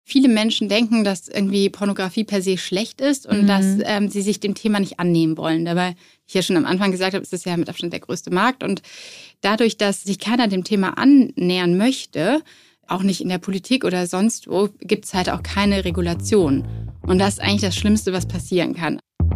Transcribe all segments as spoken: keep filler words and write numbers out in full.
viele Menschen denken, dass irgendwie Pornografie per se schlecht ist und mhm. dass ähm, sie sich dem Thema nicht annehmen wollen. Dabei, ich ja schon am Anfang gesagt habe, ist es ja mit Abstand der größte Markt. Und dadurch, dass sich keiner dem Thema annähern möchte, auch nicht in der Politik oder sonst wo, gibt es halt auch keine Regulation. Und das ist eigentlich das Schlimmste, was passieren kann.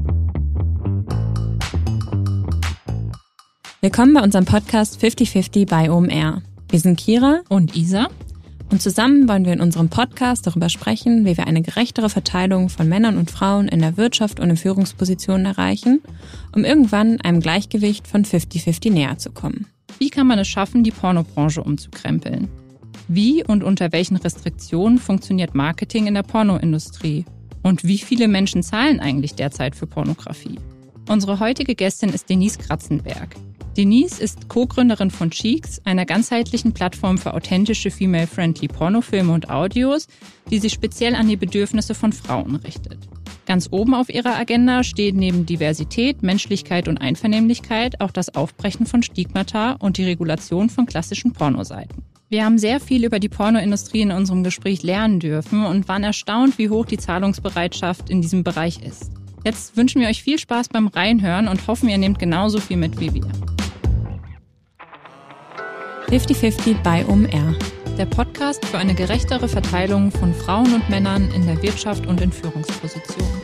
Willkommen bei unserem Podcast fifty fifty bei O M R. Wir sind Kira und Isa. Und zusammen wollen wir in unserem Podcast darüber sprechen, wie wir eine gerechtere Verteilung von Männern und Frauen in der Wirtschaft und in Führungspositionen erreichen, um irgendwann einem Gleichgewicht von fifty fifty näher zu kommen. Wie kann man es schaffen, die Pornobranche umzukrempeln? Wie und unter welchen Restriktionen funktioniert Marketing in der Pornoindustrie? Und wie viele Menschen zahlen eigentlich derzeit für Pornografie? Unsere heutige Gästin ist Denise Kratzenberg. Denise ist Co-Gründerin von Cheeks, einer ganzheitlichen Plattform für authentische female-friendly Pornofilme und Audios, die sich speziell an die Bedürfnisse von Frauen richtet. Ganz oben auf ihrer Agenda steht neben Diversität, Menschlichkeit und Einvernehmlichkeit auch das Aufbrechen von Stigmata und die Regulation von klassischen Pornoseiten. Wir haben sehr viel über die Pornoindustrie in unserem Gespräch lernen dürfen und waren erstaunt, wie hoch die Zahlungsbereitschaft in diesem Bereich ist. Jetzt wünschen wir euch viel Spaß beim Reinhören und hoffen, ihr nehmt genauso viel mit wie wir. fifty fifty bei O M R. Der Podcast für eine gerechtere Verteilung von Frauen und Männern in der Wirtschaft und in Führungspositionen.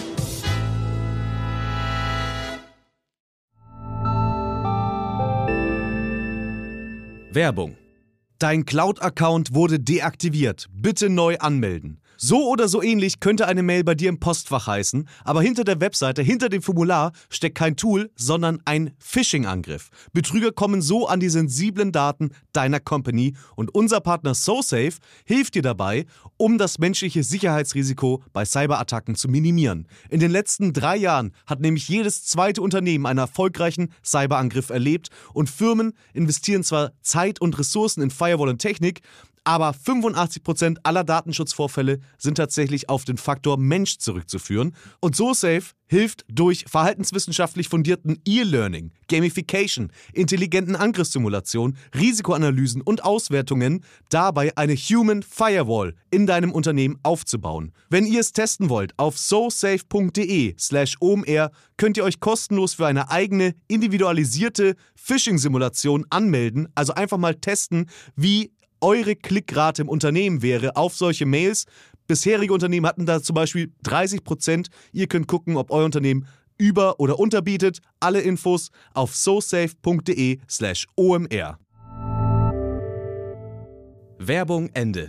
Werbung. Dein Cloud-Account wurde deaktiviert. Bitte neu anmelden. So oder so ähnlich könnte eine Mail bei dir im Postfach heißen, aber hinter der Webseite, hinter dem Formular steckt kein Tool, sondern ein Phishing-Angriff. Betrüger kommen so an die sensiblen Daten deiner Company und unser Partner SoSafe hilft dir dabei, um das menschliche Sicherheitsrisiko bei Cyberattacken zu minimieren. In den letzten drei Jahren hat nämlich jedes zweite Unternehmen einen erfolgreichen Cyberangriff erlebt und Firmen investieren zwar Zeit und Ressourcen in Firewall und Technik, aber fünfundachtzig Prozent aller Datenschutzvorfälle sind tatsächlich auf den Faktor Mensch zurückzuführen. Und SoSafe hilft durch verhaltenswissenschaftlich fundierten E-Learning, Gamification, intelligenten Angriffssimulationen, Risikoanalysen und Auswertungen, dabei eine Human Firewall in deinem Unternehmen aufzubauen. Wenn ihr es testen wollt, auf sosafe.de slash omr könnt ihr euch kostenlos für eine eigene, individualisierte Phishing-Simulation anmelden. Also einfach mal testen, wie eure Klickrate im Unternehmen wäre auf solche Mails. Bisherige Unternehmen hatten da zum Beispiel dreißig Prozent. Ihr könnt gucken, ob euer Unternehmen über- oder unterbietet. Alle Infos auf sosafe.de slash omr. Werbung Ende.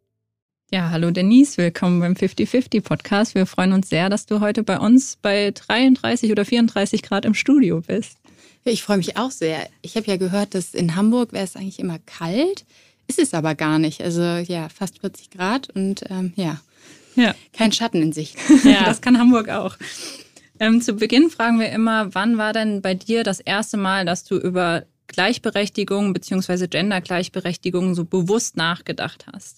Ja, hallo Denise, willkommen beim fifty fifty Podcast. Wir freuen uns sehr, dass du heute bei uns bei dreiunddreißig oder vierunddreißig Grad im Studio bist. Ja, ich freue mich auch sehr. Ich habe ja gehört, dass in Hamburg wäre es eigentlich immer kalt. Ist es aber gar nicht. Also ja, fast vierzig Grad und ähm, ja, ja, kein Schatten in Sicht. Ja, das kann Hamburg auch. Ähm, zu Beginn fragen wir immer, wann war denn bei dir das erste Mal, dass du über Gleichberechtigung bzw. Gendergleichberechtigung so bewusst nachgedacht hast?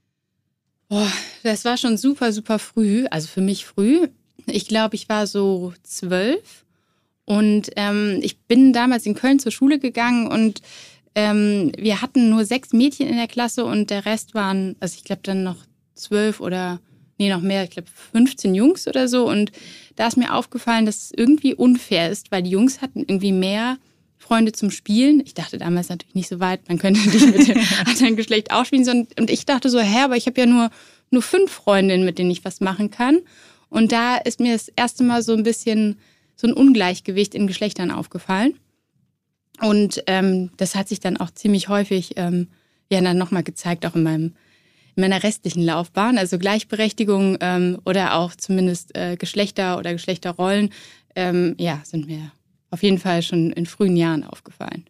Boah, das war schon super, super früh. Also für mich früh. Ich glaube, ich war so zwölf und ähm, ich bin damals in Köln zur Schule gegangen und Ähm, wir hatten nur sechs Mädchen in der Klasse und der Rest waren, also ich glaube dann noch zwölf oder, nee, noch mehr, ich glaube fünfzehn Jungs oder so. Und da ist mir aufgefallen, dass es irgendwie unfair ist, weil die Jungs hatten irgendwie mehr Freunde zum Spielen. Ich dachte damals natürlich nicht so weit, man könnte nicht mit dem anderen Geschlecht auch spielen. Und ich dachte so, hä, aber ich habe ja nur, nur fünf Freundinnen, mit denen ich was machen kann. Und da ist mir das erste Mal so ein bisschen so ein Ungleichgewicht in Geschlechtern aufgefallen. Und ähm, das hat sich dann auch ziemlich häufig ähm, ja dann nochmal gezeigt, auch in, meinem, in meiner restlichen Laufbahn. Also Gleichberechtigung ähm, oder auch zumindest äh, Geschlechter oder Geschlechterrollen, ähm, ja, sind mir auf jeden Fall schon in frühen Jahren aufgefallen.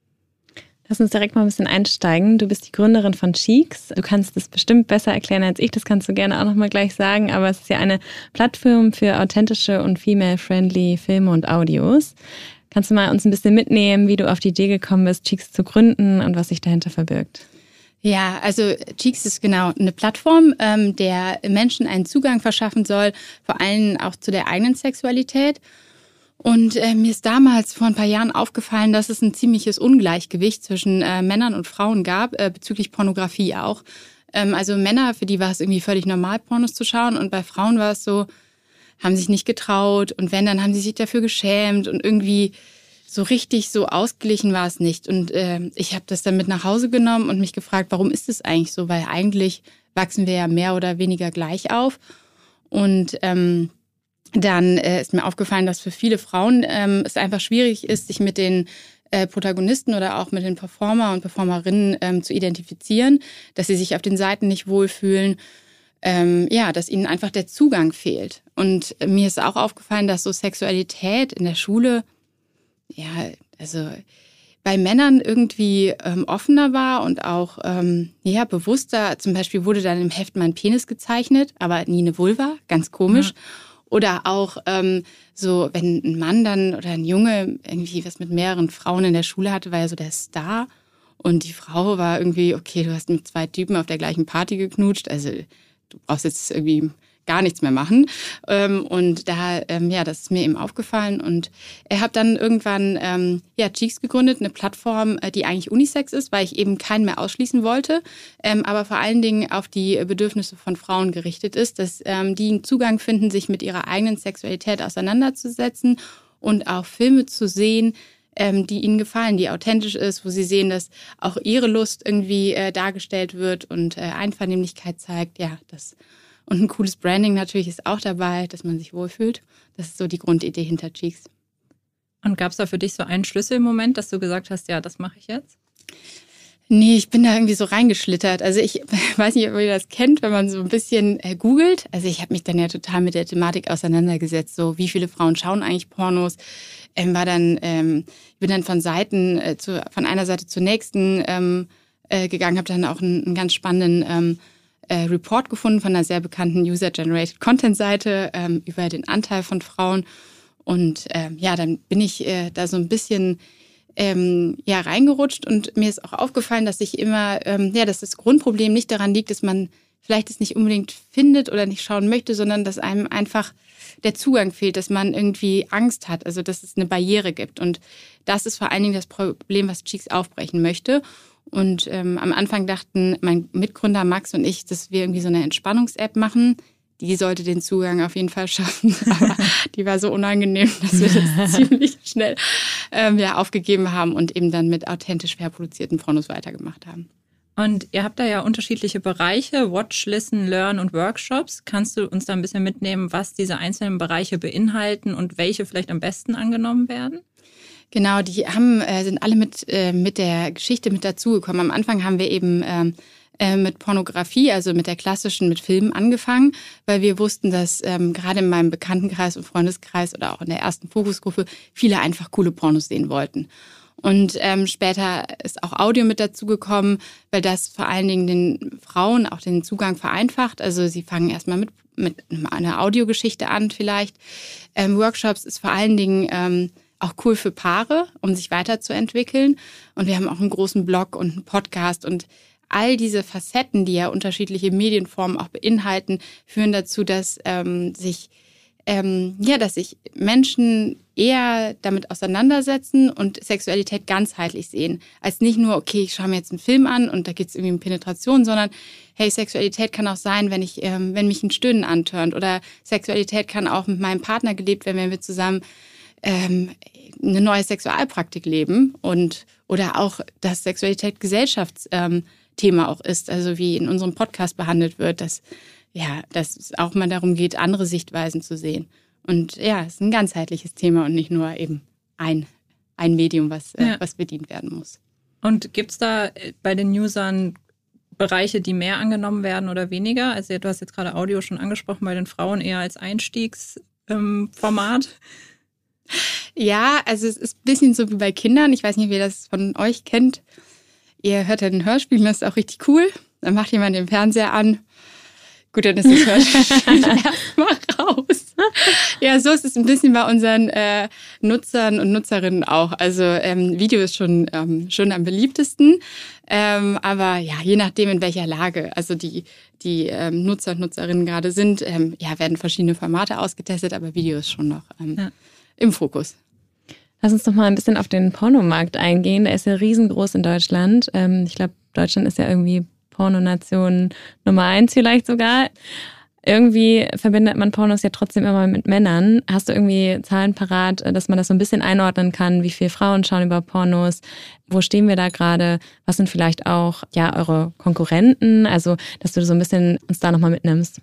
Lass uns direkt mal ein bisschen einsteigen. Du bist die Gründerin von Cheeks. Du kannst das bestimmt besser erklären als ich. Das kannst du gerne auch nochmal gleich sagen. Aber es ist ja eine Plattform für authentische und female-friendly Filme und Audios. Kannst du mal uns ein bisschen mitnehmen, wie du auf die Idee gekommen bist, Cheeks zu gründen und was sich dahinter verbirgt? Ja, also Cheeks ist genau eine Plattform, ähm, der Menschen einen Zugang verschaffen soll, vor allem auch zu der eigenen Sexualität. Und äh, mir ist damals vor ein paar Jahren aufgefallen, dass es ein ziemliches Ungleichgewicht zwischen äh, Männern und Frauen gab, äh, bezüglich Pornografie auch. Ähm, also Männer, für die war es irgendwie völlig normal, Pornos zu schauen. Und bei Frauen war es so, haben sich nicht getraut. Und wenn, dann haben sie sich dafür geschämt. Und irgendwie so richtig so ausgeglichen war es nicht. Und äh, ich habe das dann mit nach Hause genommen und mich gefragt, warum ist es eigentlich so? Weil eigentlich wachsen wir ja mehr oder weniger gleich auf. Und ähm, dann äh, ist mir aufgefallen, dass für viele Frauen ähm, es einfach schwierig ist, sich mit den äh, Protagonisten oder auch mit den Performer und Performerinnen ähm, zu identifizieren, dass sie sich auf den Seiten nicht wohlfühlen, ähm, ja, dass ihnen einfach der Zugang fehlt. Und äh, mir ist auch aufgefallen, dass so Sexualität in der Schule, ja, also bei Männern irgendwie ähm, offener war und auch ähm, ja, bewusster. Zum Beispiel wurde dann im Heft mal ein Penis gezeichnet, aber nie eine Vulva, ganz komisch. Ja. Oder auch ähm, so, wenn ein Mann dann oder ein Junge irgendwie was mit mehreren Frauen in der Schule hatte, war ja so der Star. Und die Frau war irgendwie, okay, du hast mit zwei Typen auf der gleichen Party geknutscht, also du brauchst jetzt irgendwie gar nichts mehr machen. Und da, ja, das ist mir eben aufgefallen. Und ich habe dann irgendwann, ja, Cheeks gegründet, eine Plattform, die eigentlich Unisex ist, weil ich eben keinen mehr ausschließen wollte, aber vor allen Dingen auf die Bedürfnisse von Frauen gerichtet ist, dass die einen Zugang finden, sich mit ihrer eigenen Sexualität auseinanderzusetzen und auch Filme zu sehen, die ihnen gefallen, die authentisch ist, wo sie sehen, dass auch ihre Lust irgendwie dargestellt wird und Einvernehmlichkeit zeigt. Ja, das Und ein cooles Branding natürlich ist auch dabei, dass man sich wohlfühlt. Das ist so die Grundidee hinter Cheeks. Und gab es da für dich so einen Schlüsselmoment, dass du gesagt hast, ja, das mache ich jetzt? Nee, ich bin da irgendwie so reingeschlittert. Also ich weiß nicht, ob ihr das kennt, wenn man so ein bisschen äh, googelt. Also ich habe mich dann ja total mit der Thematik auseinandergesetzt. So, wie viele Frauen schauen eigentlich Pornos? Ähm, war dann, ähm, ich bin dann von Seiten, äh, zu, von einer Seite zur nächsten ähm, äh, gegangen, habe dann auch einen, einen ganz spannenden ähm, äh, Report gefunden von einer sehr bekannten User-Generated Content-Seite ähm, über den Anteil von Frauen. Und ähm, ja, dann bin ich äh, da so ein bisschen ähm, ja, reingerutscht und mir ist auch aufgefallen, dass ich immer, ähm, ja, dass das Grundproblem nicht daran liegt, dass man vielleicht es nicht unbedingt findet oder nicht schauen möchte, sondern dass einem einfach der Zugang fehlt, dass man irgendwie Angst hat, also dass es eine Barriere gibt. Und das ist vor allen Dingen das Problem, was Cheeks aufbrechen möchte. Und ähm, am Anfang dachten mein Mitgründer Max und ich, dass wir irgendwie so eine Entspannungs-App machen. Die sollte den Zugang auf jeden Fall schaffen, aber die war so unangenehm, dass wir das ziemlich schnell ähm, ja, aufgegeben haben und eben dann mit authentisch fair produzierten Pornos weitergemacht haben. Und ihr habt da ja unterschiedliche Bereiche, Watch, Listen, Learn und Workshops. Kannst du uns da ein bisschen mitnehmen, was diese einzelnen Bereiche beinhalten und welche vielleicht am besten angenommen werden? Genau, die haben, äh, sind alle mit, äh, mit der Geschichte mit dazugekommen. Am Anfang haben wir eben ähm, äh, mit Pornografie, also mit der klassischen, mit Filmen angefangen, weil wir wussten, dass ähm, gerade in meinem Bekanntenkreis und Freundeskreis oder auch in der ersten Fokusgruppe viele einfach coole Pornos sehen wollten. Und ähm, später ist auch Audio mit dazugekommen, weil das vor allen Dingen den Frauen auch den Zugang vereinfacht. Also sie fangen erstmal mit, mit einer Audiogeschichte an vielleicht. Ähm, Workshops ist vor allen Dingen ähm, auch cool für Paare, um sich weiterzuentwickeln. Und wir haben auch einen großen Blog und einen Podcast. Und all diese Facetten, die ja unterschiedliche Medienformen auch beinhalten, führen dazu, dass ähm, sich ähm, ja, dass sich Menschen eher damit auseinandersetzen und Sexualität ganzheitlich sehen. Als nicht nur, okay, ich schaue mir jetzt einen Film an und da geht es irgendwie um Penetration, sondern hey, Sexualität kann auch sein, wenn ich, ähm, wenn mich ein Stöhnen antörnt. Oder Sexualität kann auch mit meinem Partner gelebt werden, wenn wir zusammen ähm, eine neue Sexualpraktik leben. Und oder auch, dass Sexualität Gesellschaftsthema ähm, auch ist, also wie in unserem Podcast behandelt wird, dass ja, dass es auch mal darum geht, andere Sichtweisen zu sehen. Und ja, es ist ein ganzheitliches Thema und nicht nur eben ein, ein Medium, was, ja. äh, was bedient werden muss. Und gibt es da bei den Usern Bereiche, die mehr angenommen werden oder weniger? Also du hast jetzt gerade Audio schon angesprochen, bei den Frauen eher als Einstiegsformat. Ähm, ja, also es ist ein bisschen so wie bei Kindern. Ich weiß nicht, wer das von euch kennt. Ihr hört ja ein Hörspiel und das ist auch richtig cool. Dann macht jemand den Fernseher an. Gut, dann ist das Hörspiel erstmal raus. Ja, so ist es ein bisschen bei unseren äh, Nutzern und Nutzerinnen auch. Also ähm, Video ist schon, ähm, schon am beliebtesten. Ähm, aber ja, je nachdem, in welcher Lage also die, die ähm, Nutzer und Nutzerinnen gerade sind, ähm, ja, werden verschiedene Formate ausgetestet, aber Video ist schon noch ähm, ja. im Fokus. Lass uns doch mal ein bisschen auf den Pornomarkt eingehen. Der ist ja riesengroß in Deutschland. Ähm, ich glaube, Deutschland ist ja irgendwie Pornonation Nummer eins vielleicht sogar. Irgendwie verbindet man Pornos ja trotzdem immer mit Männern. Hast du irgendwie Zahlen parat, dass man das so ein bisschen einordnen kann? Wie viele Frauen schauen über Pornos? Wo stehen wir da gerade? Was sind vielleicht auch ja eure Konkurrenten? Also, dass du so ein bisschen uns da nochmal mitnimmst.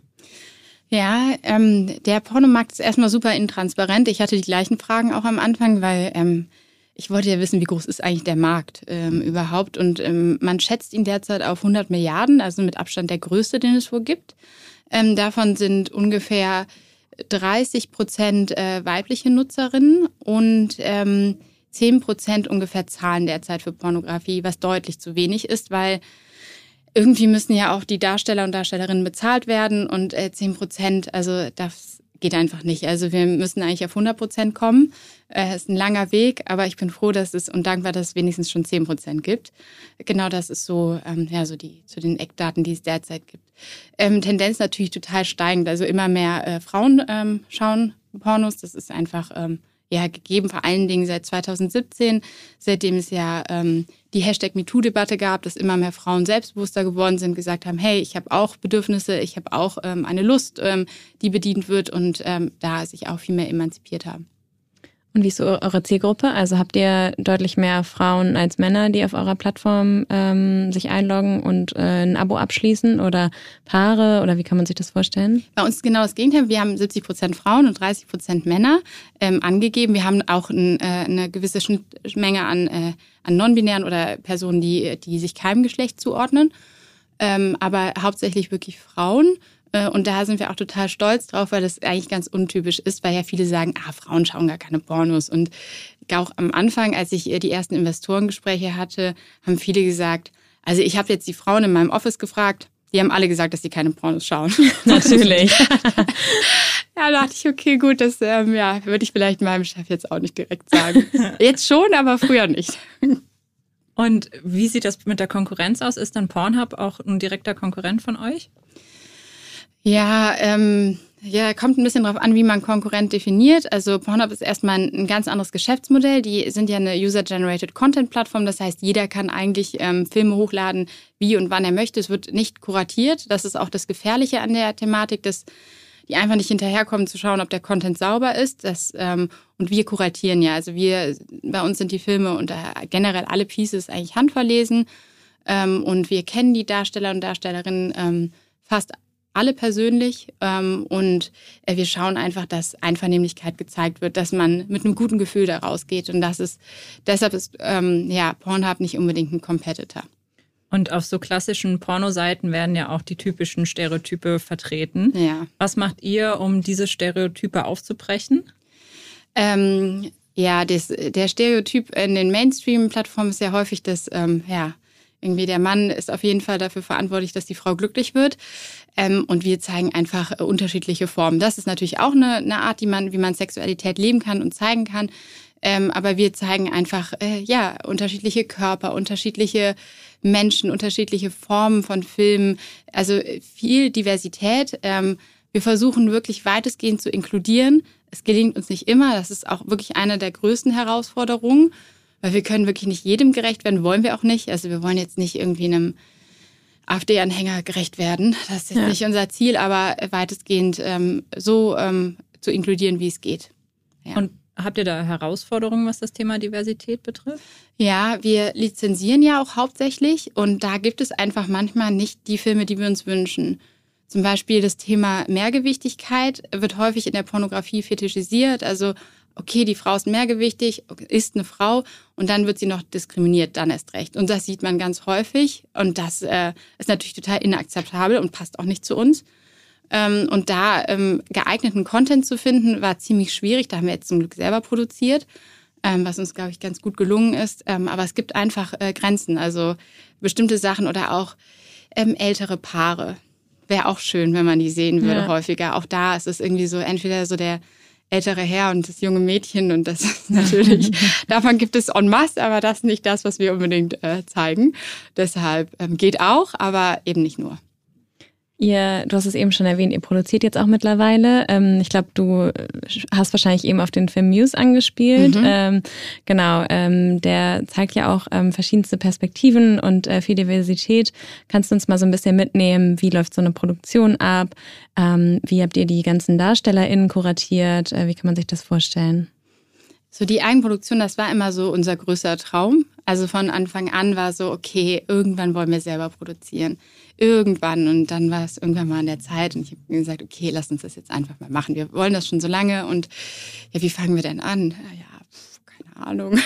Ja, ähm, der Pornomarkt ist erstmal super intransparent. Ich hatte die gleichen Fragen auch am Anfang, weil ähm, ich wollte ja wissen, wie groß ist eigentlich der Markt ähm, überhaupt. Und ähm, man schätzt ihn derzeit auf hundert Milliarden, also mit Abstand der größte, den es wohl gibt. Ähm, davon sind ungefähr dreißig Prozent äh, weibliche Nutzerinnen und ähm, zehn Prozent ungefähr zahlen derzeit für Pornografie, was deutlich zu wenig ist, weil irgendwie müssen ja auch die Darsteller und Darstellerinnen bezahlt werden und äh, zehn Prozent, also das geht einfach nicht. Also wir müssen eigentlich auf hundert Prozent kommen. Es äh, ist ein langer Weg, aber ich bin froh, dass es und dankbar, dass es wenigstens schon zehn Prozent gibt. Genau das ist so, ähm, ja, so die zu den Eckdaten, die es derzeit gibt. Ähm, Tendenz natürlich total steigend. Also immer mehr äh, Frauen ähm, schauen Pornos. Das ist einfach ähm, ja gegeben, vor allen Dingen seit zwanzig siebzehn, seitdem es ja ähm, die Hashtag MeToo-Debatte gab, dass immer mehr Frauen selbstbewusster geworden sind, gesagt haben, hey, ich habe auch Bedürfnisse, ich habe auch ähm, eine Lust, ähm, die bedient wird und ähm, da sich auch viel mehr emanzipiert haben. Und wie ist so eure Zielgruppe? Also habt ihr deutlich mehr Frauen als Männer, die auf eurer Plattform ähm, sich einloggen und äh, ein Abo abschließen oder Paare oder wie kann man sich das vorstellen? Bei uns ist genau das Gegenteil. Wir haben siebzig Prozent Frauen und dreißig Prozent Männer ähm, angegeben. Wir haben auch ein, äh, eine gewisse Schnittmenge an, äh, an non-binären oder Personen, die, die sich keinem Geschlecht zuordnen, ähm, aber hauptsächlich wirklich Frauen. Und da sind wir auch total stolz drauf, weil das eigentlich ganz untypisch ist, weil ja viele sagen, ah, Frauen schauen gar keine Pornos. Und auch am Anfang, als ich die ersten Investorengespräche hatte, haben viele gesagt, also ich habe jetzt die Frauen in meinem Office gefragt, die haben alle gesagt, dass sie keine Pornos schauen. Natürlich. Ja, da dachte ich, okay, gut, das ähm, ja, würde ich vielleicht meinem Chef jetzt auch nicht direkt sagen. Jetzt schon, aber früher nicht. Und wie sieht das mit der Konkurrenz aus? Ist dann Pornhub auch ein direkter Konkurrent von euch? Ja, ähm, ja, kommt ein bisschen drauf an, wie man Konkurrent definiert. Also Pornhub ist erstmal ein, ein ganz anderes Geschäftsmodell. Die sind ja eine User-Generated Content-Plattform. Das heißt, jeder kann eigentlich ähm, Filme hochladen, wie und wann er möchte. Es wird nicht kuratiert. Das ist auch das Gefährliche an der Thematik, dass die einfach nicht hinterherkommen zu schauen, ob der Content sauber ist. Das, ähm, und wir kuratieren ja. Also wir, bei uns sind die Filme und äh, generell alle Pieces eigentlich handverlesen. Ähm, und wir kennen die Darsteller und Darstellerinnen ähm, fast alle persönlich ähm, und äh, wir schauen einfach, dass Einvernehmlichkeit gezeigt wird, dass man mit einem guten Gefühl da rausgeht und das ist, deshalb ist ähm, ja, Pornhub nicht unbedingt ein Competitor. Und auf so klassischen Pornoseiten werden ja auch die typischen Stereotype vertreten. Ja. Was macht ihr, um diese Stereotype aufzubrechen? Ähm, ja, das, der Stereotyp in den Mainstream-Plattformen ist ja häufig, dass ähm, ja, irgendwie der Mann ist auf jeden Fall dafür verantwortlich, dass die Frau glücklich wird. Ähm, und wir zeigen einfach äh, unterschiedliche Formen. Das ist natürlich auch eine, eine Art, die man, wie man Sexualität leben kann und zeigen kann. Ähm, aber wir zeigen einfach äh, ja unterschiedliche Körper, unterschiedliche Menschen, unterschiedliche Formen von Filmen. Also viel Diversität. Ähm, wir versuchen wirklich weitestgehend zu inkludieren. Es gelingt uns nicht immer. Das ist auch wirklich eine der größten Herausforderungen. Weil wir können wirklich nicht jedem gerecht werden, wollen wir auch nicht. Also wir wollen jetzt nicht irgendwie einem AfD-Anhänger gerecht werden. Das ist jetzt ja. nicht unser Ziel, aber weitestgehend ähm, so ähm, zu inkludieren, wie es geht. Ja. Und habt ihr da Herausforderungen, was das Thema Diversität betrifft? Ja, wir lizenzieren ja auch hauptsächlich und da gibt es einfach manchmal nicht die Filme, die wir uns wünschen. Zum Beispiel das Thema Mehrgewichtigkeit wird häufig in der Pornografie fetischisiert, also okay, die Frau ist mehrgewichtig, ist eine Frau und dann wird sie noch diskriminiert, dann erst recht. Und das sieht man ganz häufig und das äh, ist natürlich total inakzeptabel und passt auch nicht zu uns. Ähm, und da ähm, geeigneten Content zu finden, war ziemlich schwierig. Da haben wir jetzt zum Glück selber produziert, ähm, was uns, glaube ich, ganz gut gelungen ist. Ähm, aber es gibt einfach äh, Grenzen, also bestimmte Sachen oder auch ähm, ältere Paare. Wäre auch schön, wenn man die sehen würde ja. häufiger. Auch da ist es irgendwie so, entweder so der ältere Herr und das junge Mädchen und das ist natürlich, davon gibt es en masse, aber das ist nicht das, was wir unbedingt äh, zeigen. Deshalb ähm, geht auch, aber eben nicht nur. Ihr, du hast es eben schon erwähnt, ihr produziert jetzt auch mittlerweile. Ähm, ich glaube, du hast wahrscheinlich eben auf den Film Muse angespielt. Mhm. Ähm, genau, ähm, der zeigt ja auch ähm, verschiedenste Perspektiven und äh, viel Diversität. Kannst du uns mal so ein bisschen mitnehmen, wie läuft so eine Produktion ab? Ähm, wie habt ihr die ganzen DarstellerInnen kuratiert? Äh, wie kann man sich das vorstellen? So die Eigenproduktion, das war immer so unser größter Traum. Also von Anfang an war so, okay, irgendwann wollen wir selber produzieren. Irgendwann. Und dann war es irgendwann mal an der Zeit. Und ich habe gesagt, okay, lass uns das jetzt einfach mal machen. Wir wollen das schon so lange. Und ja, wie fangen wir denn an? Ja, pf, keine Ahnung.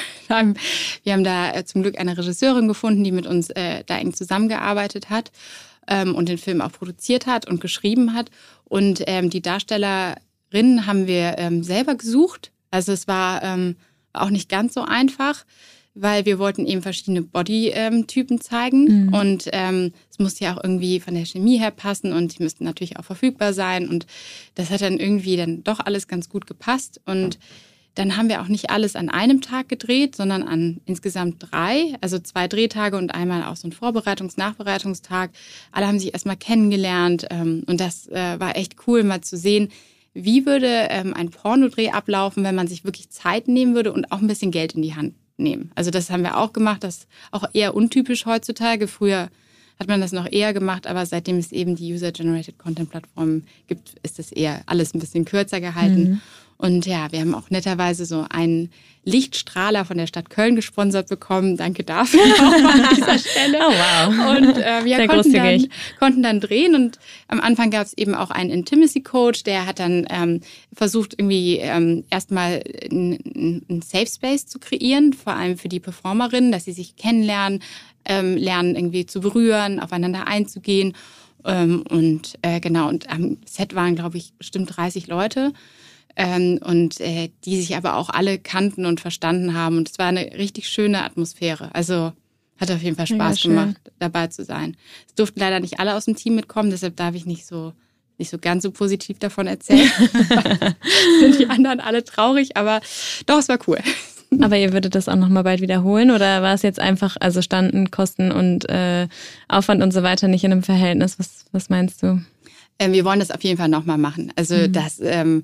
Wir haben da zum Glück eine Regisseurin gefunden, die mit uns äh, da eng zusammengearbeitet hat ähm, und den Film auch produziert hat und geschrieben hat. Und ähm, die Darstellerinnen haben wir ähm, selber gesucht. Also es war ähm, auch nicht ganz so einfach, weil wir wollten eben verschiedene Body-Typen zeigen. Mhm. Und ähm, es musste ja auch irgendwie von der Chemie her passen und die müssten natürlich auch verfügbar sein. Und das hat dann irgendwie dann doch alles ganz gut gepasst. Und dann haben wir auch nicht alles an einem Tag gedreht, sondern an insgesamt drei. Also zwei Drehtage und einmal auch so ein Vorbereitungs-, Nachbereitungstag. Alle haben sich erstmal kennengelernt. Ähm, und das äh, war echt cool, mal zu sehen, wie würde ähm, ein Pornodreh ablaufen, wenn man sich wirklich Zeit nehmen würde und auch ein bisschen Geld in die Hand nehmen. Also das haben wir auch gemacht, das ist auch eher untypisch heutzutage. Früher hat man das noch eher gemacht, aber seitdem es eben die User-Generated Content-Plattformen gibt, ist das eher alles ein bisschen kürzer gehalten. Mhm. Und ja, wir haben auch netterweise so einen Lichtstrahler von der Stadt Köln gesponsert bekommen. Danke dafür auch an dieser Stelle. Oh wow. Und äh, wir konnten dann, konnten dann drehen. Und am Anfang gab es eben auch einen Intimacy-Coach, der hat dann ähm, versucht, irgendwie ähm, erstmal einen Safe Space zu kreieren, vor allem für die Performerinnen, dass sie sich kennenlernen, ähm, lernen irgendwie zu berühren, aufeinander einzugehen. Ähm, und äh, genau, und am Set waren, glaube ich, bestimmt dreißig Leute. Ähm, und äh, die sich aber auch alle kannten und verstanden haben. Und es war eine richtig schöne Atmosphäre. Also hat auf jeden Fall Spaß ja, gemacht, dabei zu sein. Es durften leider nicht alle aus dem Team mitkommen, deshalb darf ich nicht so, nicht so ganz so positiv davon erzählen. Sind die anderen alle traurig, aber doch, es war cool. Aber ihr würdet das auch nochmal bald wiederholen oder war es jetzt einfach, also standen Kosten und äh, Aufwand und so weiter nicht in einem Verhältnis? Was, was meinst du? Ähm, wir wollen das auf jeden Fall nochmal machen. Also mhm. das... Ähm,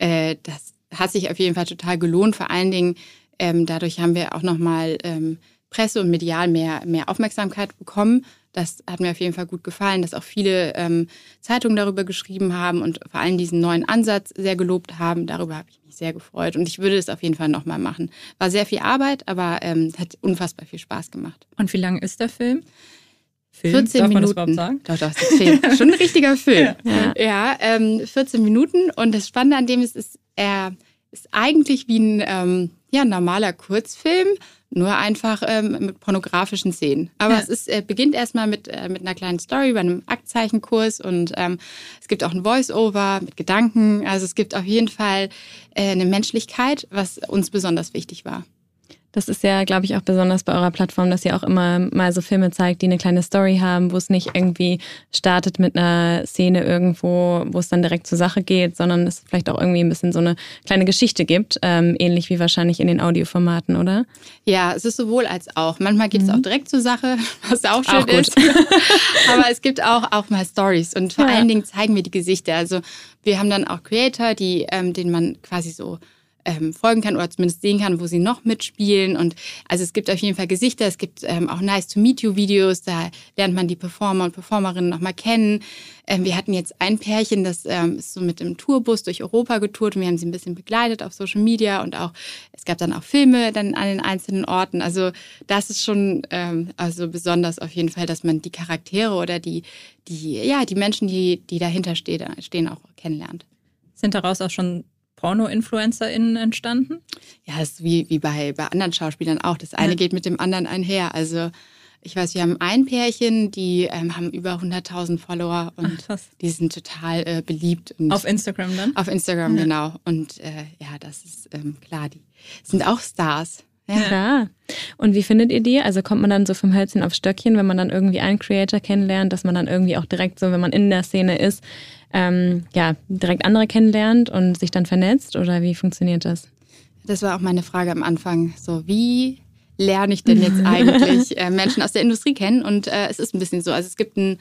Das hat sich auf jeden Fall total gelohnt. Vor allen Dingen, ähm, dadurch haben wir auch nochmal ähm, Presse und medial mehr, mehr Aufmerksamkeit bekommen. Das hat mir auf jeden Fall gut gefallen, dass auch viele ähm, Zeitungen darüber geschrieben haben und vor allem diesen neuen Ansatz sehr gelobt haben. Darüber habe ich mich sehr gefreut und ich würde es auf jeden Fall nochmal machen. War sehr viel Arbeit, aber ähm, hat unfassbar viel Spaß gemacht. Und wie lang ist der Film? Film? vierzehn Darf man Minuten. Das überhaupt sagen? Doch, doch, das ist ein Film. Schon ein richtiger Film. Ja, ja ähm, vierzehn Minuten. Und das Spannende an dem ist, ist er ist eigentlich wie ein ähm, ja, normaler Kurzfilm, nur einfach ähm, mit pornografischen Szenen. Aber ja. es ist, äh, beginnt erstmal mit, äh, mit einer kleinen Story bei einem Aktzeichenkurs und ähm, es gibt auch ein Voice-Over mit Gedanken. Also es gibt auf jeden Fall äh, eine Menschlichkeit, was uns besonders wichtig war. Das ist ja, glaube ich, auch besonders bei eurer Plattform, dass ihr auch immer mal so Filme zeigt, die eine kleine Story haben, wo es nicht irgendwie startet mit einer Szene irgendwo, wo es dann direkt zur Sache geht, sondern es vielleicht auch irgendwie ein bisschen so eine kleine Geschichte gibt, ähm, ähnlich wie wahrscheinlich in den Audioformaten, oder? Ja, es ist sowohl als auch. Manchmal geht es mhm. auch direkt zur Sache, was auch schön auch gut. ist. Aber es gibt auch, auch mal Stories und vor ja. allen Dingen zeigen wir die Gesichter. Also wir haben dann auch Creator, die, ähm, denen man quasi so Ähm, folgen kann oder zumindest sehen kann, wo sie noch mitspielen. Und also es gibt auf jeden Fall Gesichter, es gibt ähm, auch Nice-to-Meet-You-Videos, da lernt man die Performer und Performerinnen nochmal kennen. Ähm, wir hatten jetzt ein Pärchen, das ähm, ist so mit dem Tourbus durch Europa getourt und wir haben sie ein bisschen begleitet auf Social Media und auch, es gab dann auch Filme dann an den einzelnen Orten. Also das ist schon ähm, also besonders auf jeden Fall, dass man die Charaktere oder die, die, ja, die Menschen, die, die dahinter stehen, stehen, auch kennenlernt. Sind daraus auch schon Porno-InfluencerInnen entstanden? Ja, das ist wie, wie bei, bei anderen Schauspielern auch. Das eine ja. geht mit dem anderen einher. Also ich weiß, wir haben ein Pärchen, die ähm, haben über hunderttausend Follower und Ach, die sind total äh, beliebt. Und auf Instagram dann? Auf Instagram, ja. genau. Und äh, ja, das ist ähm, klar, die sind auch Stars. Ja. Klar. Und wie findet ihr die? Also kommt man dann so vom Hölzchen aufs Stöckchen, wenn man dann irgendwie einen Creator kennenlernt, dass man dann irgendwie auch direkt so, wenn man in der Szene ist, ähm, ja, direkt andere kennenlernt und sich dann vernetzt? Oder wie funktioniert das? Das war auch meine Frage am Anfang. So, wie lerne ich denn jetzt eigentlich äh, Menschen aus der Industrie kennen? Und äh, es ist ein bisschen so. Also es gibt ein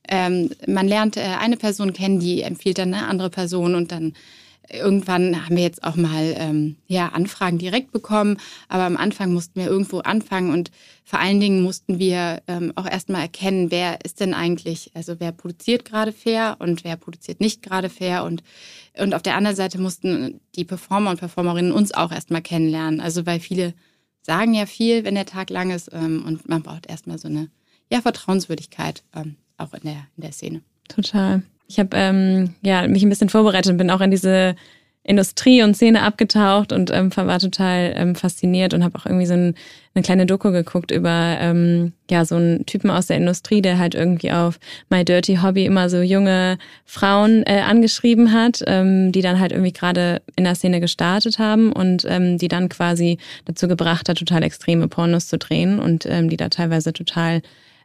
ähm, man lernt äh, eine Person kennen, die empfiehlt dann eine andere Person und dann irgendwann haben wir jetzt auch mal ähm, ja, Anfragen direkt bekommen, aber am Anfang mussten wir irgendwo anfangen und vor allen Dingen mussten wir ähm, auch erstmal erkennen, wer ist denn eigentlich, also wer produziert gerade fair und wer produziert nicht gerade fair und, und auf der anderen Seite mussten die Performer und Performerinnen uns auch erstmal kennenlernen, also weil viele sagen ja viel, wenn der Tag lang ist ähm, und man braucht erstmal so eine ja, Vertrauenswürdigkeit ähm, auch in der, in der Szene. Total. Ich habe ähm, ja, mich ein bisschen vorbereitet und bin auch in diese Industrie und Szene abgetaucht und ähm, war total ähm, fasziniert und habe auch irgendwie so ein, eine kleine Doku geguckt über ähm, ja so einen Typen aus der Industrie, der halt irgendwie auf My Dirty Hobby immer so junge Frauen äh, angeschrieben hat, ähm, die dann halt irgendwie gerade in der Szene gestartet haben und ähm, die dann quasi dazu gebracht hat, total extreme Pornos zu drehen und ähm, die da teilweise total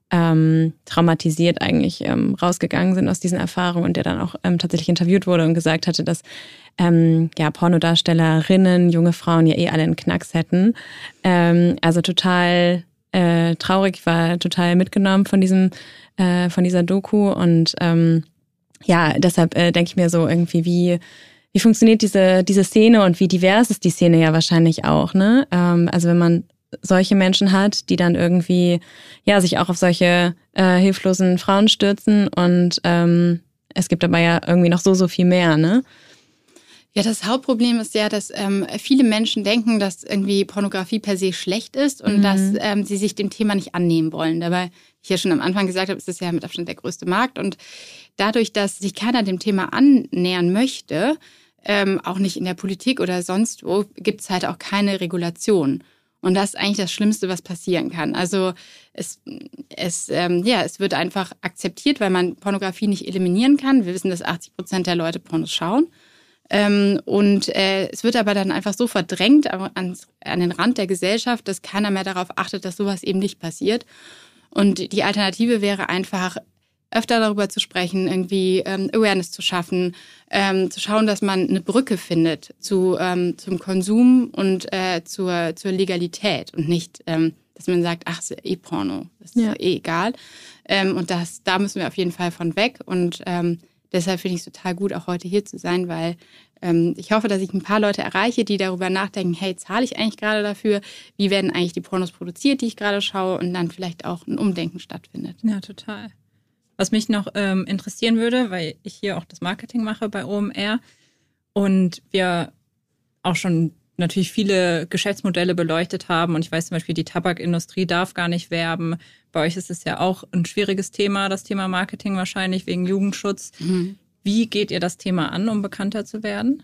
Ähm, traumatisiert eigentlich ähm, rausgegangen sind aus diesen Erfahrungen und der dann auch ähm, tatsächlich interviewt wurde und gesagt hatte, dass ähm, ja Pornodarstellerinnen, junge Frauen ja eh alle einen Knacks hätten. Ähm, also total äh, traurig, war total mitgenommen von diesem äh, von dieser Doku und ähm, ja, deshalb äh, denke ich mir so irgendwie, wie wie funktioniert diese diese Szene und wie divers ist die Szene ja wahrscheinlich auch, ne? Ähm, also wenn man solche Menschen hat, die dann irgendwie ja sich auch auf solche äh, hilflosen Frauen stürzen und ähm, es gibt aber ja irgendwie noch so, so viel mehr, ne? Ja, das Hauptproblem ist ja, dass ähm, viele Menschen denken, dass irgendwie Pornografie per se schlecht ist und mhm. dass ähm, sie sich dem Thema nicht annehmen wollen. Dabei, ich ja schon am Anfang gesagt habe, ist das ja mit Abstand der größte Markt und dadurch, dass sich keiner dem Thema annähern möchte, ähm, auch nicht in der Politik oder sonst wo, gibt es halt auch keine Regulation. Und das ist eigentlich das Schlimmste, was passieren kann. Also es, es, ähm, ja, es wird einfach akzeptiert, weil man Pornografie nicht eliminieren kann. Wir wissen, dass achtzig Prozent der Leute Pornos schauen. Ähm, und äh, es wird aber dann einfach so verdrängt an, an den Rand der Gesellschaft, dass keiner mehr darauf achtet, dass sowas eben nicht passiert. Und die Alternative wäre einfach, öfter darüber zu sprechen, irgendwie ähm, Awareness zu schaffen, ähm, zu schauen, dass man eine Brücke findet zu, ähm, zum Konsum und äh, zur, zur Legalität und nicht, ähm, dass man sagt, ach, ist ja eh Porno, das ist ja eh egal. Ähm, und das, da müssen wir auf jeden Fall von weg und ähm, deshalb finde ich es total gut, auch heute hier zu sein, weil ähm, ich hoffe, dass ich ein paar Leute erreiche, die darüber nachdenken, hey, zahle ich eigentlich gerade dafür? Wie werden eigentlich die Pornos produziert, die ich gerade schaue? Und dann vielleicht auch ein Umdenken stattfindet. Ja, total. Was mich noch ähm, interessieren würde, weil ich hier auch das Marketing mache bei O M R und wir auch schon natürlich viele Geschäftsmodelle beleuchtet haben und ich weiß zum Beispiel, die Tabakindustrie darf gar nicht werben. Bei euch ist es ja auch ein schwieriges Thema, das Thema Marketing wahrscheinlich wegen Jugendschutz. Mhm. Wie geht ihr das Thema an, um bekannter zu werden?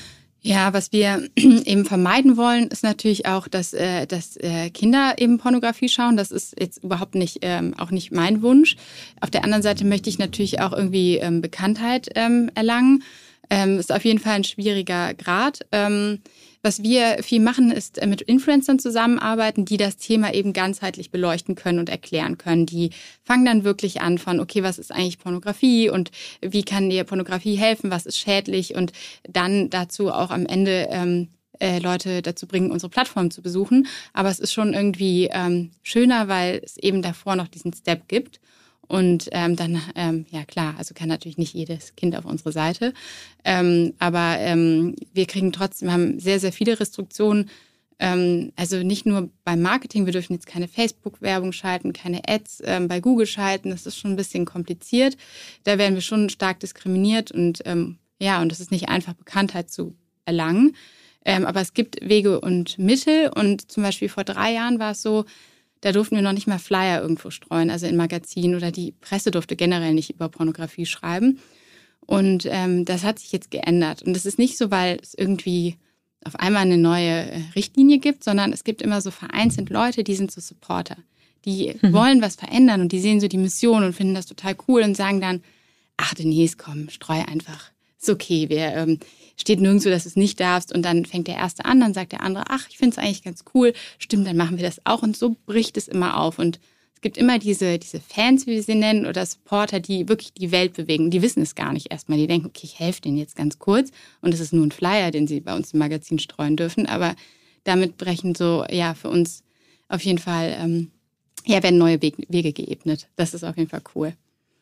Ja, was wir eben vermeiden wollen, ist natürlich auch, dass, äh, dass äh, Kinder eben Pornografie schauen. Das ist jetzt überhaupt nicht, ähm, auch nicht mein Wunsch. Auf der anderen Seite möchte ich natürlich auch irgendwie ähm, Bekanntheit ähm, erlangen. Ähm, ist auf jeden Fall ein schwieriger Grad. Ähm, was wir viel machen, ist mit Influencern zusammenarbeiten, die das Thema eben ganzheitlich beleuchten können und erklären können. Die fangen dann wirklich an von, okay, was ist eigentlich Pornografie und wie kann dir Pornografie helfen, was ist schädlich und dann dazu auch am Ende ähm, äh, Leute dazu bringen, unsere Plattform zu besuchen. Aber es ist schon irgendwie ähm, schöner, weil es eben davor noch diesen Step gibt. Und ähm, dann, ähm, ja klar, also kann natürlich nicht jedes Kind auf unsere Seite. Ähm, aber ähm, wir kriegen trotzdem, haben sehr, sehr viele Restriktionen. Ähm, also nicht nur beim Marketing, wir dürfen jetzt keine Facebook-Werbung schalten, keine Ads ähm, bei Google schalten. Das ist schon ein bisschen kompliziert. Da werden wir schon stark diskriminiert und ähm, ja, und es ist nicht einfach, Bekanntheit zu erlangen. Ähm, aber es gibt Wege und Mittel. Und zum Beispiel vor drei Jahren war es so, da durften wir noch nicht mal Flyer irgendwo streuen, also in Magazinen oder die Presse durfte generell nicht über Pornografie schreiben. Und ähm, das hat sich jetzt geändert. Und das ist nicht so, weil es irgendwie auf einmal eine neue Richtlinie gibt, sondern es gibt immer so vereinzelt Leute, die sind so Supporter. Die mhm. wollen was verändern und die sehen so die Mission und finden das total cool und sagen dann, ach Denise, komm, streu einfach. Ist okay, wir, ähm, steht nirgendwo, dass du es nicht darfst. Und dann fängt der Erste an, dann sagt der andere, ach, ich finde es eigentlich ganz cool. Stimmt, dann machen wir das auch. Und so bricht es immer auf. Und es gibt immer diese, diese Fans, wie wir sie nennen, oder Supporter, die wirklich die Welt bewegen. Die wissen es gar nicht erstmal. Die denken, okay, ich helfe denen jetzt ganz kurz. Und es ist nur ein Flyer, den sie bei uns im Magazin streuen dürfen. Aber damit brechen so, ja, für uns auf jeden Fall, ähm, ja, werden neue Wege geebnet. Das ist auf jeden Fall cool.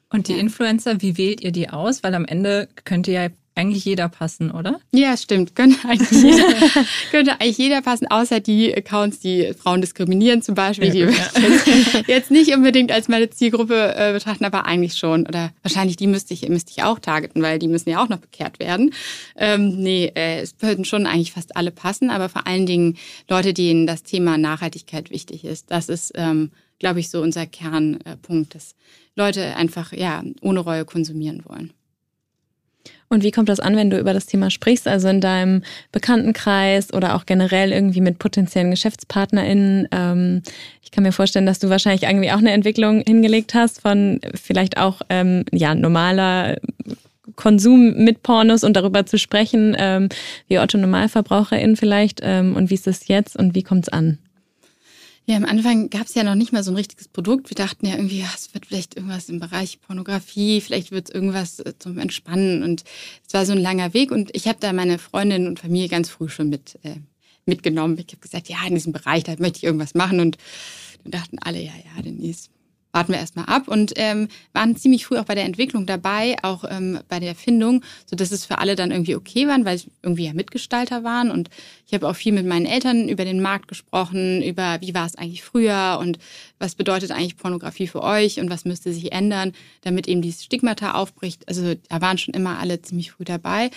Und die Ja. Influencer, wie wählt ihr die aus? Weil am Ende könnte ja eigentlich jeder passen, oder? Ja, stimmt. Könnte eigentlich jeder, könnte eigentlich jeder passen, außer die Accounts, die Frauen diskriminieren zum Beispiel, Ja, die gut, wir jetzt, jetzt nicht unbedingt als meine Zielgruppe äh, betrachten, aber eigentlich schon. Oder wahrscheinlich die müsste ich, müsste ich auch targeten, weil die müssen ja auch noch bekehrt werden. Ähm, nee, äh, es würden schon eigentlich fast alle passen, aber vor allen Dingen Leute, denen das Thema Nachhaltigkeit wichtig ist. Das ist, ähm, glaube ich, so unser Kernpunkt, dass Leute einfach ja ohne Reue konsumieren wollen. Und wie kommt das an, wenn du über das Thema sprichst, also in deinem Bekanntenkreis oder auch generell irgendwie mit potenziellen GeschäftspartnerInnen? Ähm, ich kann mir vorstellen, dass du wahrscheinlich irgendwie auch eine Entwicklung hingelegt hast von vielleicht auch ähm, ja normaler Konsum mit Pornos und darüber zu sprechen, ähm, wie Otto-NormalverbraucherInnen vielleicht. Ähm, und wie ist das jetzt und wie kommt es an? Ja, am Anfang gab es ja noch nicht mal so ein richtiges Produkt. Wir dachten ja irgendwie, ja, es wird vielleicht irgendwas im Bereich Pornografie, vielleicht wird es irgendwas zum Entspannen. Und es war so ein langer Weg. Und ich habe da meine Freundin und Familie ganz früh schon mit äh, mitgenommen. Ich habe gesagt, ja, in diesem Bereich, da möchte ich irgendwas machen. Und dann dachten alle, ja, ja, Denise, warten wir erstmal ab. Und ähm, waren ziemlich früh auch bei der Entwicklung dabei, auch ähm, bei der Erfindung, sodass es für alle dann irgendwie okay war, weil sie irgendwie ja Mitgestalter waren. Und ich habe auch viel mit meinen Eltern über den Markt gesprochen, über wie war es eigentlich früher und was bedeutet eigentlich Pornografie für euch und was müsste sich ändern, damit eben dieses Stigmata aufbricht. Also da waren schon immer alle ziemlich früh dabei.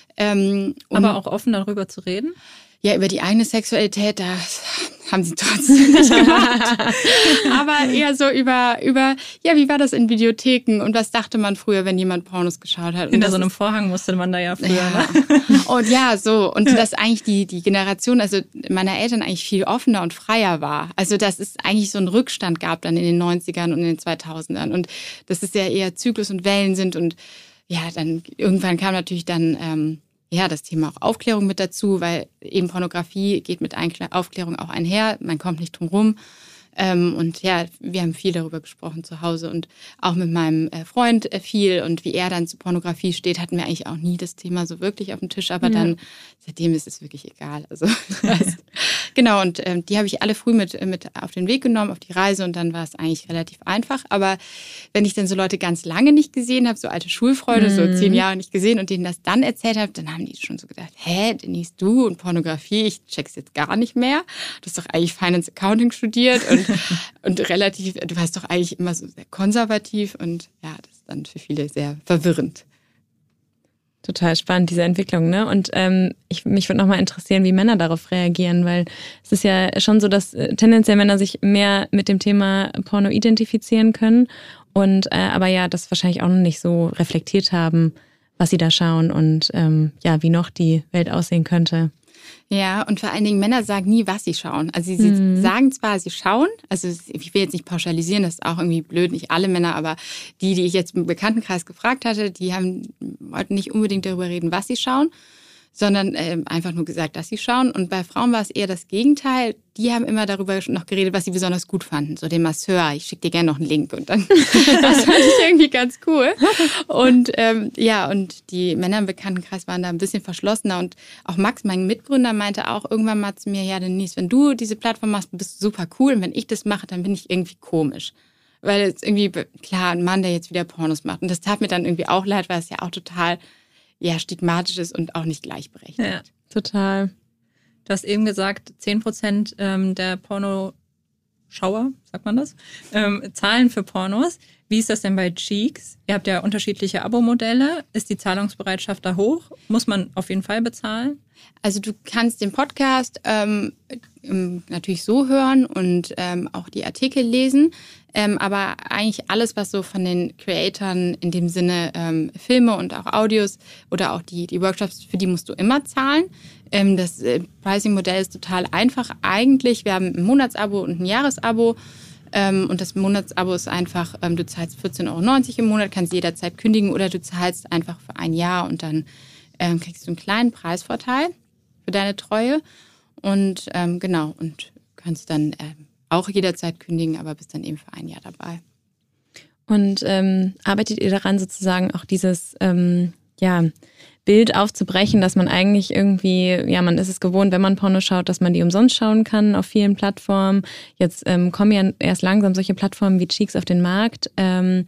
Ähm, Aber auch offen darüber zu reden? Ja, über die eigene Sexualität, das haben sie trotzdem nicht gemacht. Aber eher so über, über, ja, wie war das in Videotheken und was dachte man früher, wenn jemand Pornos geschaut hat? Und Hinter so einem Vorhang musste man da ja früher. Ja. Ne? Und ja, so. Und dass eigentlich die, die Generation, also meiner Eltern eigentlich viel offener und freier war. Also dass es eigentlich so einen Rückstand gab dann in den neunzigern und in den zweitausendern. Und dass es ja eher Zyklus und Wellen sind. Und ja, dann irgendwann kam natürlich dann ähm, ja, das Thema auch Aufklärung mit dazu, weil eben Pornografie geht mit Aufklärung auch einher. Man kommt nicht drum rum. Ähm, und ja, wir haben viel darüber gesprochen zu Hause und auch mit meinem äh, Freund äh, viel. Und wie er dann zu Pornografie steht, hatten wir eigentlich auch nie das Thema so wirklich auf dem Tisch. Aber ja. dann, seitdem ist es wirklich egal. Also das, genau, und ähm, die habe ich alle früh mit, mit auf den Weg genommen, auf die Reise. Und dann war es eigentlich relativ einfach. Aber wenn ich dann so Leute ganz lange nicht gesehen habe, so alte Schulfreunde, mhm. so zehn Jahre nicht gesehen und denen das dann erzählt habe, dann haben die schon so gedacht, hä, Denise, du und Pornografie, ich check's jetzt gar nicht mehr. Du hast doch eigentlich Finance Accounting studiert und Und relativ, du warst doch eigentlich immer so sehr konservativ und ja, das ist dann für viele sehr verwirrend. Total spannend, diese Entwicklung, ne? Und ähm, ich, mich würde nochmal interessieren, wie Männer darauf reagieren, weil es ist ja schon so, dass äh, tendenziell Männer sich mehr mit dem Thema Porno identifizieren können und äh, aber ja, das wahrscheinlich auch noch nicht so reflektiert haben, was sie da schauen und ähm, ja, wie noch die Welt aussehen könnte. Ja, und vor allen Dingen Männer sagen nie, was sie schauen. Also sie mhm. sagen zwar, sie schauen, also ich will jetzt nicht pauschalisieren, das ist auch irgendwie blöd, nicht alle Männer, aber die, die ich jetzt im Bekanntenkreis gefragt hatte, die haben wollten nicht unbedingt darüber reden, was sie schauen, sondern äh, einfach nur gesagt, dass sie schauen. Und bei Frauen war es eher das Gegenteil. Die haben immer darüber noch geredet, was sie besonders gut fanden. So den Masseur, ich schicke dir gerne noch einen Link. Und dann, das fand ich irgendwie ganz cool. Und ähm, ja, und die Männer im Bekanntenkreis waren da ein bisschen verschlossener. Und auch Max, mein Mitgründer, meinte auch irgendwann mal zu mir, ja Denise, wenn du diese Plattform machst, bist du super cool. Und wenn ich das mache, dann bin ich irgendwie komisch. Weil es irgendwie, klar, ein Mann, der jetzt wieder Pornos macht. Und das tat mir dann irgendwie auch leid, weil es ja auch total ja, stigmatisch ist und auch nicht gleichberechtigt. Ja, total. Du hast eben gesagt, zehn Prozent ähm, der Pornoschauer, sagt man das, ähm, zahlen für Pornos. Wie ist das denn bei Cheeks? Ihr habt ja unterschiedliche Abo-Modelle. Ist die Zahlungsbereitschaft da hoch? Muss man auf jeden Fall bezahlen? Also du kannst den Podcast ähm, natürlich so hören und ähm, auch die Artikel lesen. Ähm, aber eigentlich alles, was so von den Creatoren in dem Sinne ähm, Filme und auch Audios oder auch die, die Workshops, für die musst du immer zahlen. Ähm, das äh, Pricing-Modell ist total einfach eigentlich. Wir haben ein Monatsabo und ein Jahresabo. Ähm, und das Monatsabo ist einfach, ähm, du zahlst vierzehn Euro neunzig im Monat, kannst jederzeit kündigen oder du zahlst einfach für ein Jahr und dann ähm, kriegst du einen kleinen Preisvorteil für deine Treue. Und ähm, genau, und kannst dann ähm, auch jederzeit kündigen, aber bist dann eben für ein Jahr dabei. Und ähm, arbeitet ihr daran sozusagen auch dieses ähm, ja, Bild aufzubrechen, dass man eigentlich irgendwie, ja, man ist es gewohnt, wenn man Porno schaut, dass man die umsonst schauen kann auf vielen Plattformen. Jetzt ähm, kommen ja erst langsam solche Plattformen wie Cheeks auf den Markt. Ähm,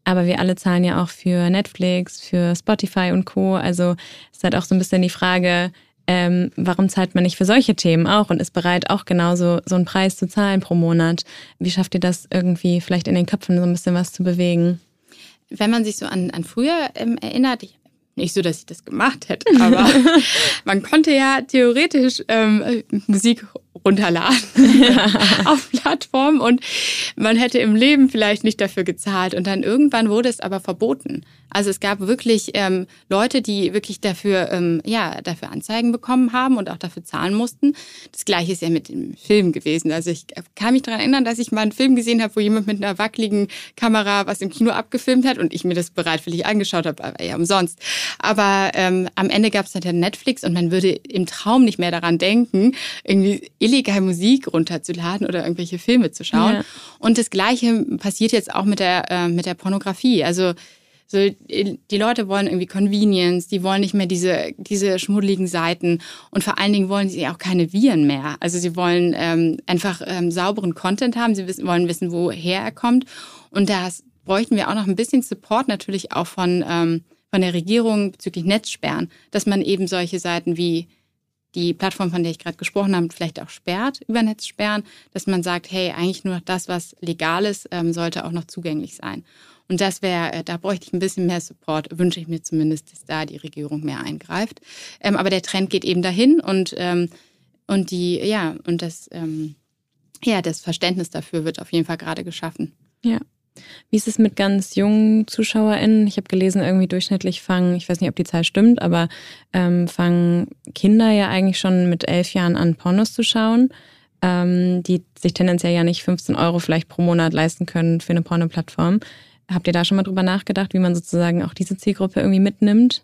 Aber wir alle zahlen ja auch für Netflix, für Spotify und Co. Also es ist halt auch so ein bisschen die Frage, ähm, warum zahlt man nicht für solche Themen auch und ist bereit, auch genauso so einen Preis zu zahlen pro Monat? Wie schafft ihr das irgendwie vielleicht in den Köpfen so ein bisschen was zu bewegen? Wenn man sich so an, an früher ähm, erinnert, ich, nicht so, dass ich das gemacht hätte, aber man konnte ja theoretisch ähm, Musik runterladen ja. auf Plattformen und man hätte im Leben vielleicht nicht dafür gezahlt und dann irgendwann wurde es aber verboten. Also es gab wirklich ähm, Leute, die wirklich dafür, ähm, ja, dafür Anzeigen bekommen haben und auch dafür zahlen mussten. Das Gleiche ist ja mit dem Film gewesen. Also ich kann mich daran erinnern, dass ich mal einen Film gesehen habe, wo jemand mit einer wackeligen Kamera was im Kino abgefilmt hat und ich mir das bereitwillig angeschaut habe, aber ja umsonst. Aber ähm, am Ende gab es dann ja Netflix und man würde im Traum nicht mehr daran denken, irgendwie illegal Musik runterzuladen oder irgendwelche Filme zu schauen. Ja. Und das Gleiche passiert jetzt auch mit der, äh, mit der Pornografie. Also so, die Leute wollen irgendwie Convenience, die wollen nicht mehr diese, diese schmuddeligen Seiten und vor allen Dingen wollen sie auch keine Viren mehr. Also sie wollen ähm, einfach ähm, sauberen Content haben, sie wissen, wollen wissen, woher er kommt und da bräuchten wir auch noch ein bisschen Support natürlich auch von, ähm, von der Regierung bezüglich Netzsperren, dass man eben solche Seiten wie die Plattform, von der ich gerade gesprochen habe, vielleicht auch sperrt, über Netzsperren, dass man sagt, hey, eigentlich nur noch das, was legal ist, ähm, sollte auch noch zugänglich sein. Und das wäre, da bräuchte ich ein bisschen mehr Support, wünsche ich mir zumindest, dass da die Regierung mehr eingreift. Ähm, aber der Trend geht eben dahin und, ähm, und die, ja, und das, ähm, ja, das Verständnis dafür wird auf jeden Fall gerade geschaffen. Ja. Wie ist es mit ganz jungen ZuschauerInnen? Ich habe gelesen, irgendwie durchschnittlich fangen, ich weiß nicht, ob die Zahl stimmt, aber ähm, fangen Kinder ja eigentlich schon mit elf Jahren an, Pornos zu schauen, ähm, die sich tendenziell ja nicht fünfzehn Euro vielleicht pro Monat leisten können für eine Porno-Plattform. Habt ihr da schon mal drüber nachgedacht, wie man sozusagen auch diese Zielgruppe irgendwie mitnimmt?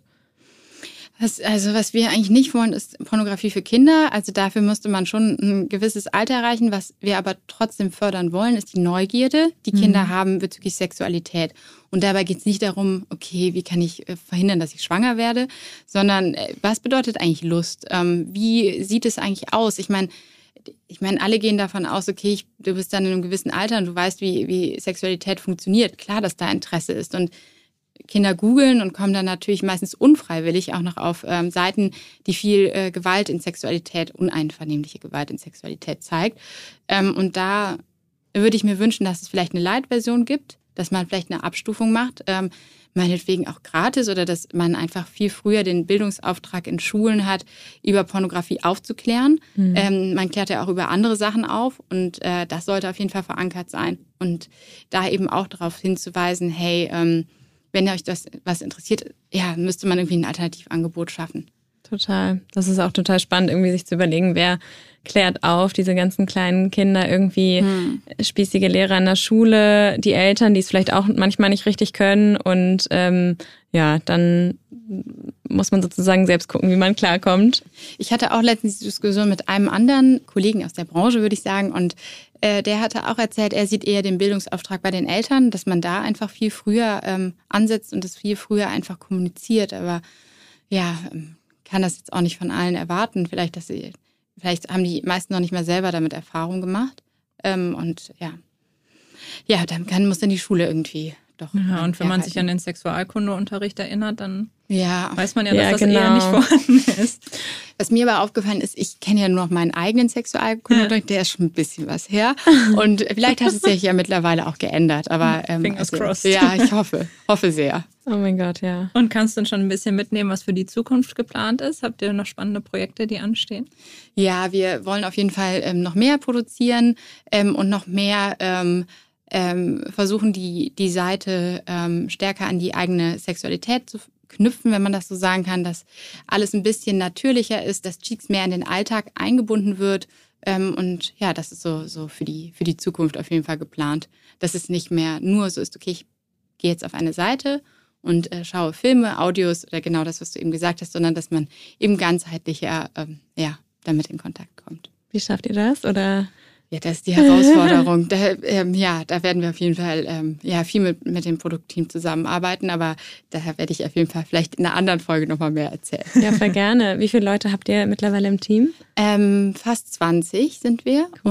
Was, also was wir eigentlich nicht wollen, ist Pornografie für Kinder. Also dafür müsste man schon ein gewisses Alter erreichen. Was wir aber trotzdem fördern wollen, ist die Neugierde, die Kinder mhm. haben bezüglich Sexualität. Und dabei geht es nicht darum, okay, wie kann ich verhindern, dass ich schwanger werde, sondern was bedeutet eigentlich Lust? Ähm, wie sieht es eigentlich aus? Ich meine, Ich meine, alle gehen davon aus, okay, ich, du bist dann in einem gewissen Alter und du weißt, wie, wie Sexualität funktioniert. Klar, dass da Interesse ist. Und Kinder googeln und kommen dann natürlich meistens unfreiwillig auch noch auf ähm, Seiten, die viel äh, Gewalt in Sexualität, uneinvernehmliche Gewalt in Sexualität zeigt. Ähm, und da würde ich mir wünschen, dass es vielleicht eine Light-Version gibt, dass man vielleicht eine Abstufung macht, ähm, meinetwegen auch gratis oder dass man einfach viel früher den Bildungsauftrag in Schulen hat, über Pornografie aufzuklären. Mhm. Ähm, man klärt ja auch über andere Sachen auf und äh, das sollte auf jeden Fall verankert sein. Und da eben auch darauf hinzuweisen, hey, ähm, wenn euch das was interessiert, ja, müsste man irgendwie ein Alternativangebot schaffen. Total. Das ist auch total spannend, irgendwie sich zu überlegen, wer klärt auf, diese ganzen kleinen Kinder, irgendwie hm. spießige Lehrer in der Schule, die Eltern, die es vielleicht auch manchmal nicht richtig können und ähm, ja, dann muss man sozusagen selbst gucken, wie man klarkommt. Ich hatte auch letztens die Diskussion mit einem anderen Kollegen aus der Branche, würde ich sagen, und äh, der hatte auch erzählt, er sieht eher den Bildungsauftrag bei den Eltern, dass man da einfach viel früher ähm, ansetzt und das viel früher einfach kommuniziert, aber ja, kann das jetzt auch nicht von allen erwarten. Vielleicht, dass sie, vielleicht haben die meisten noch nicht mal selber damit Erfahrung gemacht. Ähm, und ja, ja, dann kann, muss dann die Schule irgendwie doch. Ja, und wenn man sich an den Sexualkundeunterricht erinnert, dann ja. weiß man ja, dass ja, das genau. eher nicht vorhanden ist. Was mir aber aufgefallen ist, ich kenne ja nur noch meinen eigenen Sexualkundeunterricht, der ist schon ein bisschen was her. Und vielleicht hat es sich ja mittlerweile auch geändert. Aber ähm, Fingers also, crossed. Ja, ich hoffe, hoffe sehr. Oh mein Gott, ja. Und kannst du denn schon ein bisschen mitnehmen, was für die Zukunft geplant ist? Habt ihr noch spannende Projekte, die anstehen? Ja, wir wollen auf jeden Fall ähm, noch mehr produzieren ähm, und noch mehr ähm, ähm, versuchen, die, die Seite ähm, stärker an die eigene Sexualität zu knüpfen, wenn man das so sagen kann, dass alles ein bisschen natürlicher ist, dass Cheeks mehr in den Alltag eingebunden wird. Ähm, und ja, das ist so, so für die, für die Zukunft auf jeden Fall geplant. Dass es nicht mehr nur so ist, okay, ich gehe jetzt auf eine Seite und äh, schaue Filme, Audios oder genau das, was du eben gesagt hast, sondern dass man eben ganzheitlicher ähm, ja, damit in Kontakt kommt. Wie schafft ihr das? Oder? Ja, das ist die Herausforderung. da, ähm, ja, da werden wir auf jeden Fall ähm, ja, viel mit, mit dem Produktteam zusammenarbeiten, aber daher werde ich auf jeden Fall vielleicht in einer anderen Folge nochmal mehr erzählen. Ja, voll gerne. Wie viele Leute habt ihr mittlerweile im Team? Ähm, fast zwanzig sind wir cool. und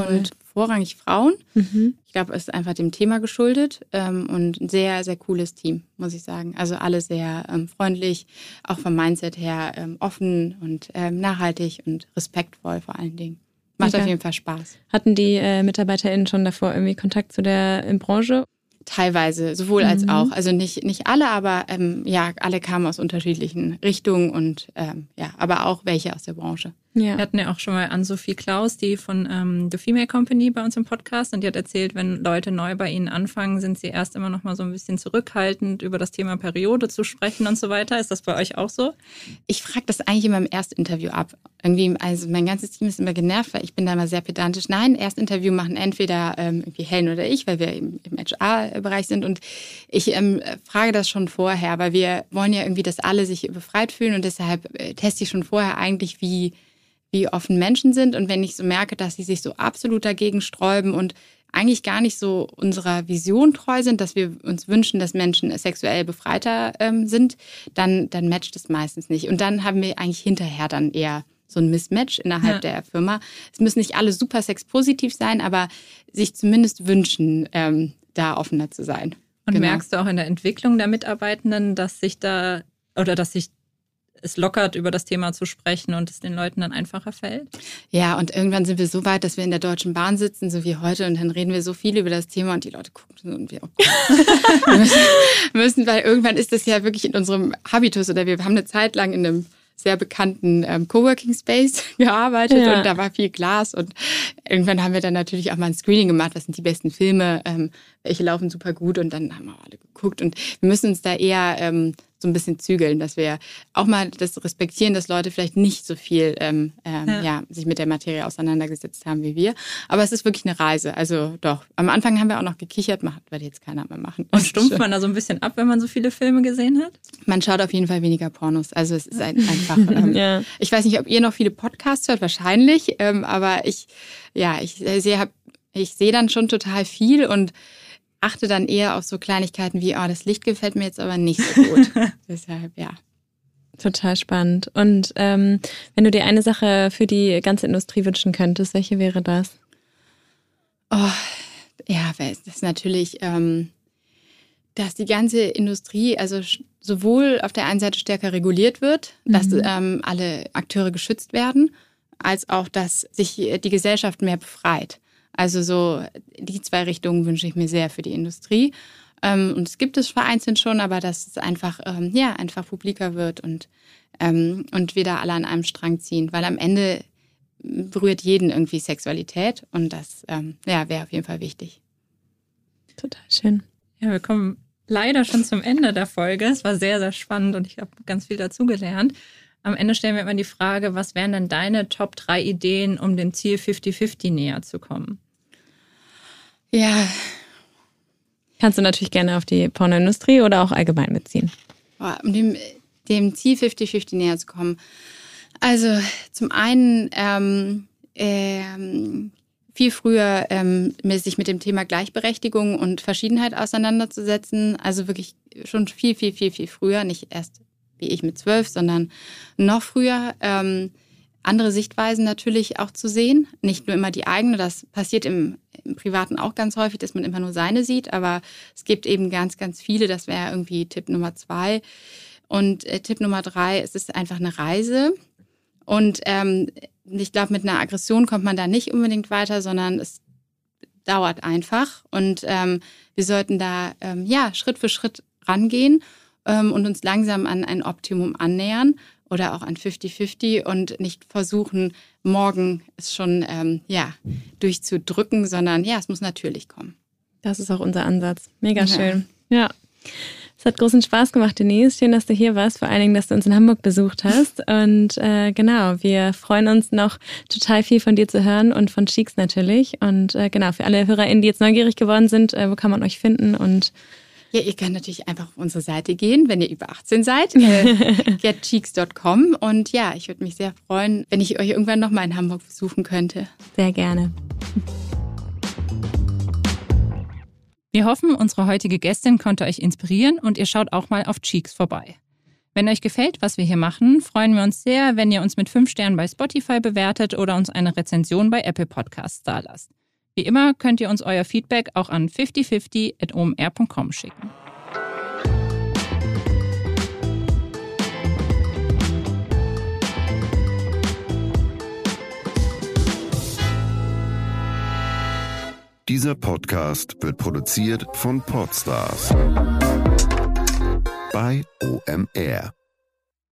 vorrangig Frauen. Mhm. Ich glaube, es ist einfach dem Thema geschuldet ähm, und ein sehr, sehr cooles Team, muss ich sagen. Also alle sehr ähm, freundlich, auch vom Mindset her ähm, offen und ähm, nachhaltig und respektvoll vor allen Dingen. Macht Okay. auf jeden Fall Spaß. Hatten die äh, MitarbeiterInnen schon davor irgendwie Kontakt zu der äh, Branche? Teilweise, sowohl als Mhm. auch. Also nicht, nicht alle, aber ähm, ja, alle kamen aus unterschiedlichen Richtungen und ähm, ja, aber auch welche aus der Branche. Ja. Wir hatten ja auch schon mal Ann-Sophie Klaus, die von ähm, The Female Company bei uns im Podcast, und die hat erzählt, wenn Leute neu bei ihnen anfangen, sind sie erst immer noch mal so ein bisschen zurückhaltend, über das Thema Periode zu sprechen und so weiter. Ist das bei euch auch so? Ich frage das eigentlich immer im Erstinterview ab. Irgendwie, also mein ganzes Team ist immer genervt, weil ich bin da immer sehr pedantisch. Nein, Erstinterview machen entweder ähm, irgendwie Helen oder ich, weil wir im, im H R-Bereich sind. Und ich ähm, frage das schon vorher, weil wir wollen ja irgendwie, dass alle sich befreit fühlen. Und deshalb äh, teste ich schon vorher eigentlich, wie wie offen Menschen sind. Und wenn ich so merke, dass sie sich so absolut dagegen sträuben und eigentlich gar nicht so unserer Vision treu sind, dass wir uns wünschen, dass Menschen sexuell befreiter ähm, sind, dann, dann matcht es meistens nicht. Und dann haben wir eigentlich hinterher dann eher so ein Mismatch innerhalb ja. der Firma. Es müssen nicht alle super sexpositiv sein, aber sich zumindest wünschen, ähm, da offener zu sein. Und genau. merkst du auch in der Entwicklung der Mitarbeitenden, dass sich da oder dass sich es lockert, über das Thema zu sprechen und es den Leuten dann einfacher fällt? Ja, und irgendwann sind wir so weit, dass wir in der Deutschen Bahn sitzen, so wie heute, und dann reden wir so viel über das Thema und die Leute gucken so und wir, oh Gott. wir müssen, müssen, weil irgendwann ist das ja wirklich in unserem Habitus, oder wir haben eine Zeit lang in einem sehr bekannten ähm, Coworking Space gearbeitet ja. und da war viel Glas und irgendwann haben wir dann natürlich auch mal ein Screening gemacht, was sind die besten Filme, ähm, welche laufen super gut, und dann haben wir alle geguckt und wir müssen uns da eher ähm, so ein bisschen zügeln, dass wir auch mal das respektieren, dass Leute vielleicht nicht so viel ähm, ähm, ja. Ja, sich mit der Materie auseinandergesetzt haben wie wir. Aber es ist wirklich eine Reise. Also doch, am Anfang haben wir auch noch gekichert, macht, wird jetzt keiner mehr machen. Und stumpft man da so ein bisschen ab, wenn man so viele Filme gesehen hat? Man schaut auf jeden Fall weniger Pornos. Also es ist ein, einfach, ähm, ja. ich weiß nicht, ob ihr noch viele Podcasts hört, wahrscheinlich, ähm, aber ich, ja, ich sehe ich sehe dann schon total viel und achte dann eher auf so Kleinigkeiten wie, oh, das Licht gefällt mir jetzt aber nicht so gut. Deshalb, ja. Total spannend. Und ähm, wenn du dir eine Sache für die ganze Industrie wünschen könntest, welche wäre das? Oh, ja, das ist natürlich, ähm, dass die ganze Industrie, also sowohl auf der einen Seite stärker reguliert wird, mhm. dass ähm, alle Akteure geschützt werden, als auch, dass sich die Gesellschaft mehr befreit. Also so die zwei Richtungen wünsche ich mir sehr für die Industrie. Ähm, und es gibt es vereinzelt schon, aber dass es einfach, ähm, ja, einfach publiker wird und, ähm, und wir da alle an einem Strang ziehen. Weil am Ende berührt jeden irgendwie Sexualität und das ähm, ja, wäre auf jeden Fall wichtig. Total schön. Ja, wir kommen leider schon zum Ende der Folge. Es war sehr, sehr spannend und ich habe ganz viel dazugelernt. Am Ende stellen wir immer die Frage, was wären denn deine Top drei Ideen, um dem Ziel fifty fifty näher zu kommen? Ja. Kannst du natürlich gerne auf die Pornoindustrie oder auch allgemein beziehen. Um dem, dem Ziel fifty fifty näher zu kommen. Also zum einen ähm, ähm, viel früher ähm, sich mit dem Thema Gleichberechtigung und Verschiedenheit auseinanderzusetzen. Also wirklich schon viel, viel, viel, viel früher, nicht erst wie ich mit zwölf, sondern noch früher, ähm, andere Sichtweisen natürlich auch zu sehen. Nicht nur immer die eigene, das passiert im, im Privaten auch ganz häufig, dass man immer nur seine sieht, aber es gibt eben ganz, ganz viele, das wäre irgendwie Tipp Nummer zwei. Und äh, Tipp Nummer drei, es ist einfach eine Reise. Und ähm, ich glaube, mit einer Aggression kommt man da nicht unbedingt weiter, sondern es dauert einfach. Und ähm, wir sollten da ähm, ja Schritt für Schritt rangehen und uns langsam an ein Optimum annähern oder auch an fifty fifty und nicht versuchen, morgen es schon ähm, ja, durchzudrücken, sondern ja, es muss natürlich kommen. Das ist auch unser Ansatz. Mega schön. Ja. ja. Es hat großen Spaß gemacht, Denise. Schön, dass du hier warst, vor allen Dingen, dass du uns in Hamburg besucht hast. Und äh, genau, wir freuen uns noch total viel von dir zu hören und von Cheeks natürlich. Und äh, genau, für alle HörerInnen, die jetzt neugierig geworden sind, äh, wo kann man euch finden? Und ja, ihr könnt natürlich einfach auf unsere Seite gehen, wenn ihr über achtzehn seid, äh, get cheeks dot com. Und ja, ich würde mich sehr freuen, wenn ich euch irgendwann nochmal in Hamburg besuchen könnte. Sehr gerne. Wir hoffen, unsere heutige Gästin konnte euch inspirieren und ihr schaut auch mal auf Cheeks vorbei. Wenn euch gefällt, was wir hier machen, freuen wir uns sehr, wenn ihr uns mit fünf Sternen bei Spotify bewertet oder uns eine Rezension bei Apple Podcasts dalasst. Wie immer könnt ihr uns euer Feedback auch an fifty fifty at o m r punkt com schicken. Dieser Podcast wird produziert von Podstars bei O M R.